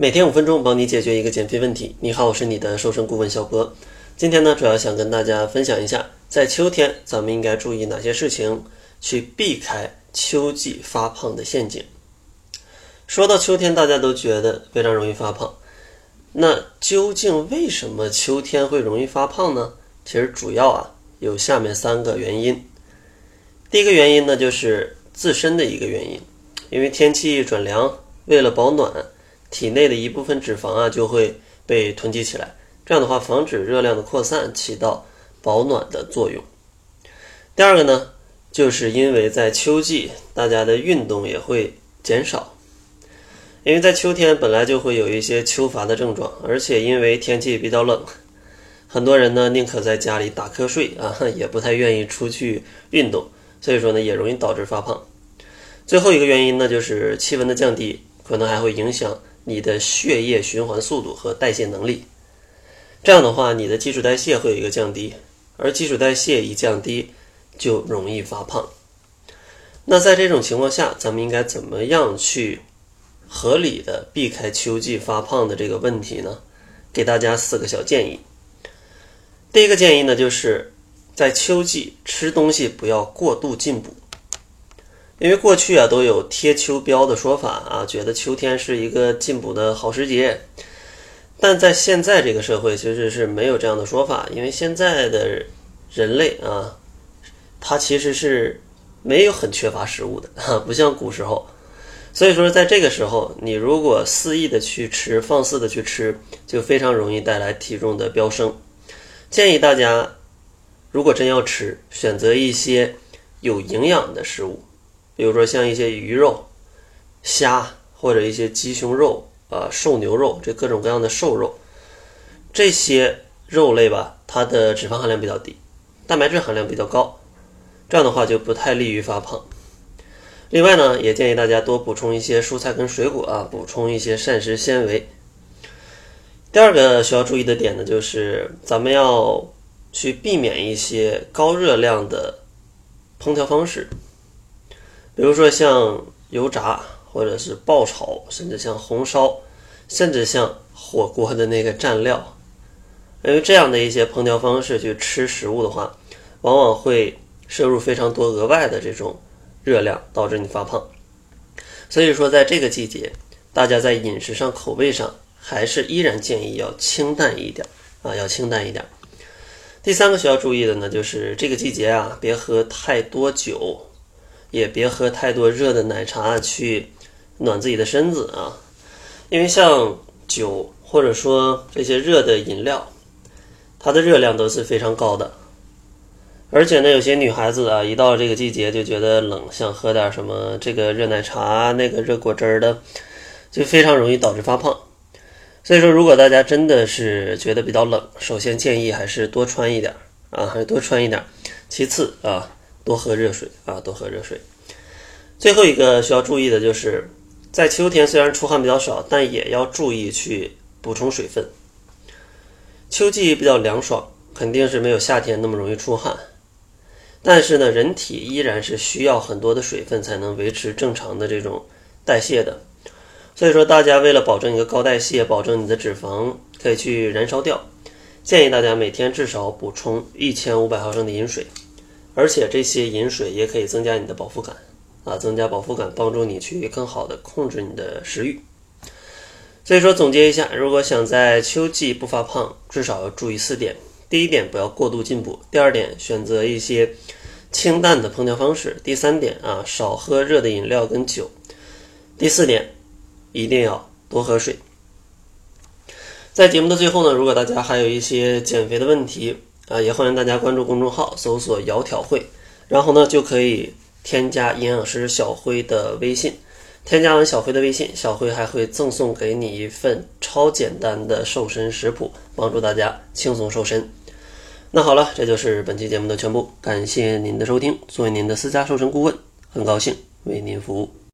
每天5分钟帮你解决一个减肥问题。你好，我是你的瘦身顾问小博。今天呢，主要想跟大家分享一下，在秋天咱们应该注意哪些事情，去避开秋季发胖的陷阱。说到秋天，大家都觉得非常容易发胖。那究竟为什么秋天会容易发胖呢？其实主要有下面3个原因。第一个原因呢，就是自身的一个原因，因为天气转凉，为了保暖，体内的一部分脂肪就会被囤积起来，这样的话防止热量的扩散，起到保暖的作用。第二个呢，就是因为在秋季大家的运动也会减少，因为在秋天本来就会有一些秋乏的症状，而且因为天气比较冷，很多人呢宁可在家里打瞌睡也不太愿意出去运动，所以说呢也容易导致发胖。最后一个原因呢，就是气温的降低可能还会影响你的血液循环速度和代谢能力，这样的话你的基础代谢会有一个降低，而基础代谢一降低就容易发胖。那在这种情况下，咱们应该怎么样去合理的避开秋季发胖的这个问题呢？给大家4个小建议。第一个建议呢，就是在秋季吃东西不要过度进补。因为过去都有贴秋膘的说法觉得秋天是一个进补的好时节，但在现在这个社会其实是没有这样的说法，因为现在的人类他其实是没有很缺乏食物的不像古时候。所以说在这个时候，你如果肆意的去吃，放肆的去吃，就非常容易带来体重的飙升。建议大家如果真要吃，选择一些有营养的食物，比如说像一些鱼肉、虾，或者一些鸡胸肉、瘦牛肉，这各种各样的瘦肉，这些肉类它的脂肪含量比较低，蛋白质含量比较高，这样的话就不太利于发胖。另外呢，也建议大家多补充一些蔬菜跟水果补充一些膳食纤维。第二个需要注意的点呢，就是咱们要去避免一些高热量的烹调方式，比如说像油炸，或者是爆炒，甚至像红烧，甚至像火锅的那个蘸料。因为这样的一些烹调方式去吃食物的话，往往会摄入非常多额外的这种热量，导致你发胖。所以说在这个季节，大家在饮食上口味上还是依然建议要清淡一点要清淡一点。第3个需要注意的呢，就是这个季节别喝太多酒，也别喝太多热的奶茶去暖自己的身子因为像酒或者说这些热的饮料，它的热量都是非常高的，而且呢有些女孩子一到这个季节就觉得冷，想喝点什么这个热奶茶那个热果汁的，就非常容易导致发胖。所以说如果大家真的是觉得比较冷，首先建议还是多穿一点其次多喝热水多喝热水。最后一个需要注意的就是在秋天虽然出汗比较少，但也要注意去补充水分。秋季比较凉爽，肯定是没有夏天那么容易出汗，但是呢人体依然是需要很多的水分才能维持正常的这种代谢的。所以说大家为了保证一个高代谢，保证你的脂肪可以去燃烧掉，建议大家每天至少补充1500毫升的饮水，而且这些饮水也可以增加你的饱腹感增加饱腹感，帮助你去更好的控制你的食欲。所以说总结一下，如果想在秋季不发胖，至少要注意4点。第一点，不要过度进补；第二点，选择一些清淡的烹调方式；第3点少喝热的饮料跟酒；第4点，一定要多喝水。在节目的最后呢，如果大家还有一些减肥的问题也欢迎大家关注公众号，搜索窈窕会，然后呢就可以添加营养师小辉的微信。添加完小辉的微信，小辉还会赠送给你一份超简单的瘦身食谱，帮助大家轻松瘦身。那好了，这就是本期节目的全部，感谢您的收听。作为您的私家瘦身顾问，很高兴为您服务。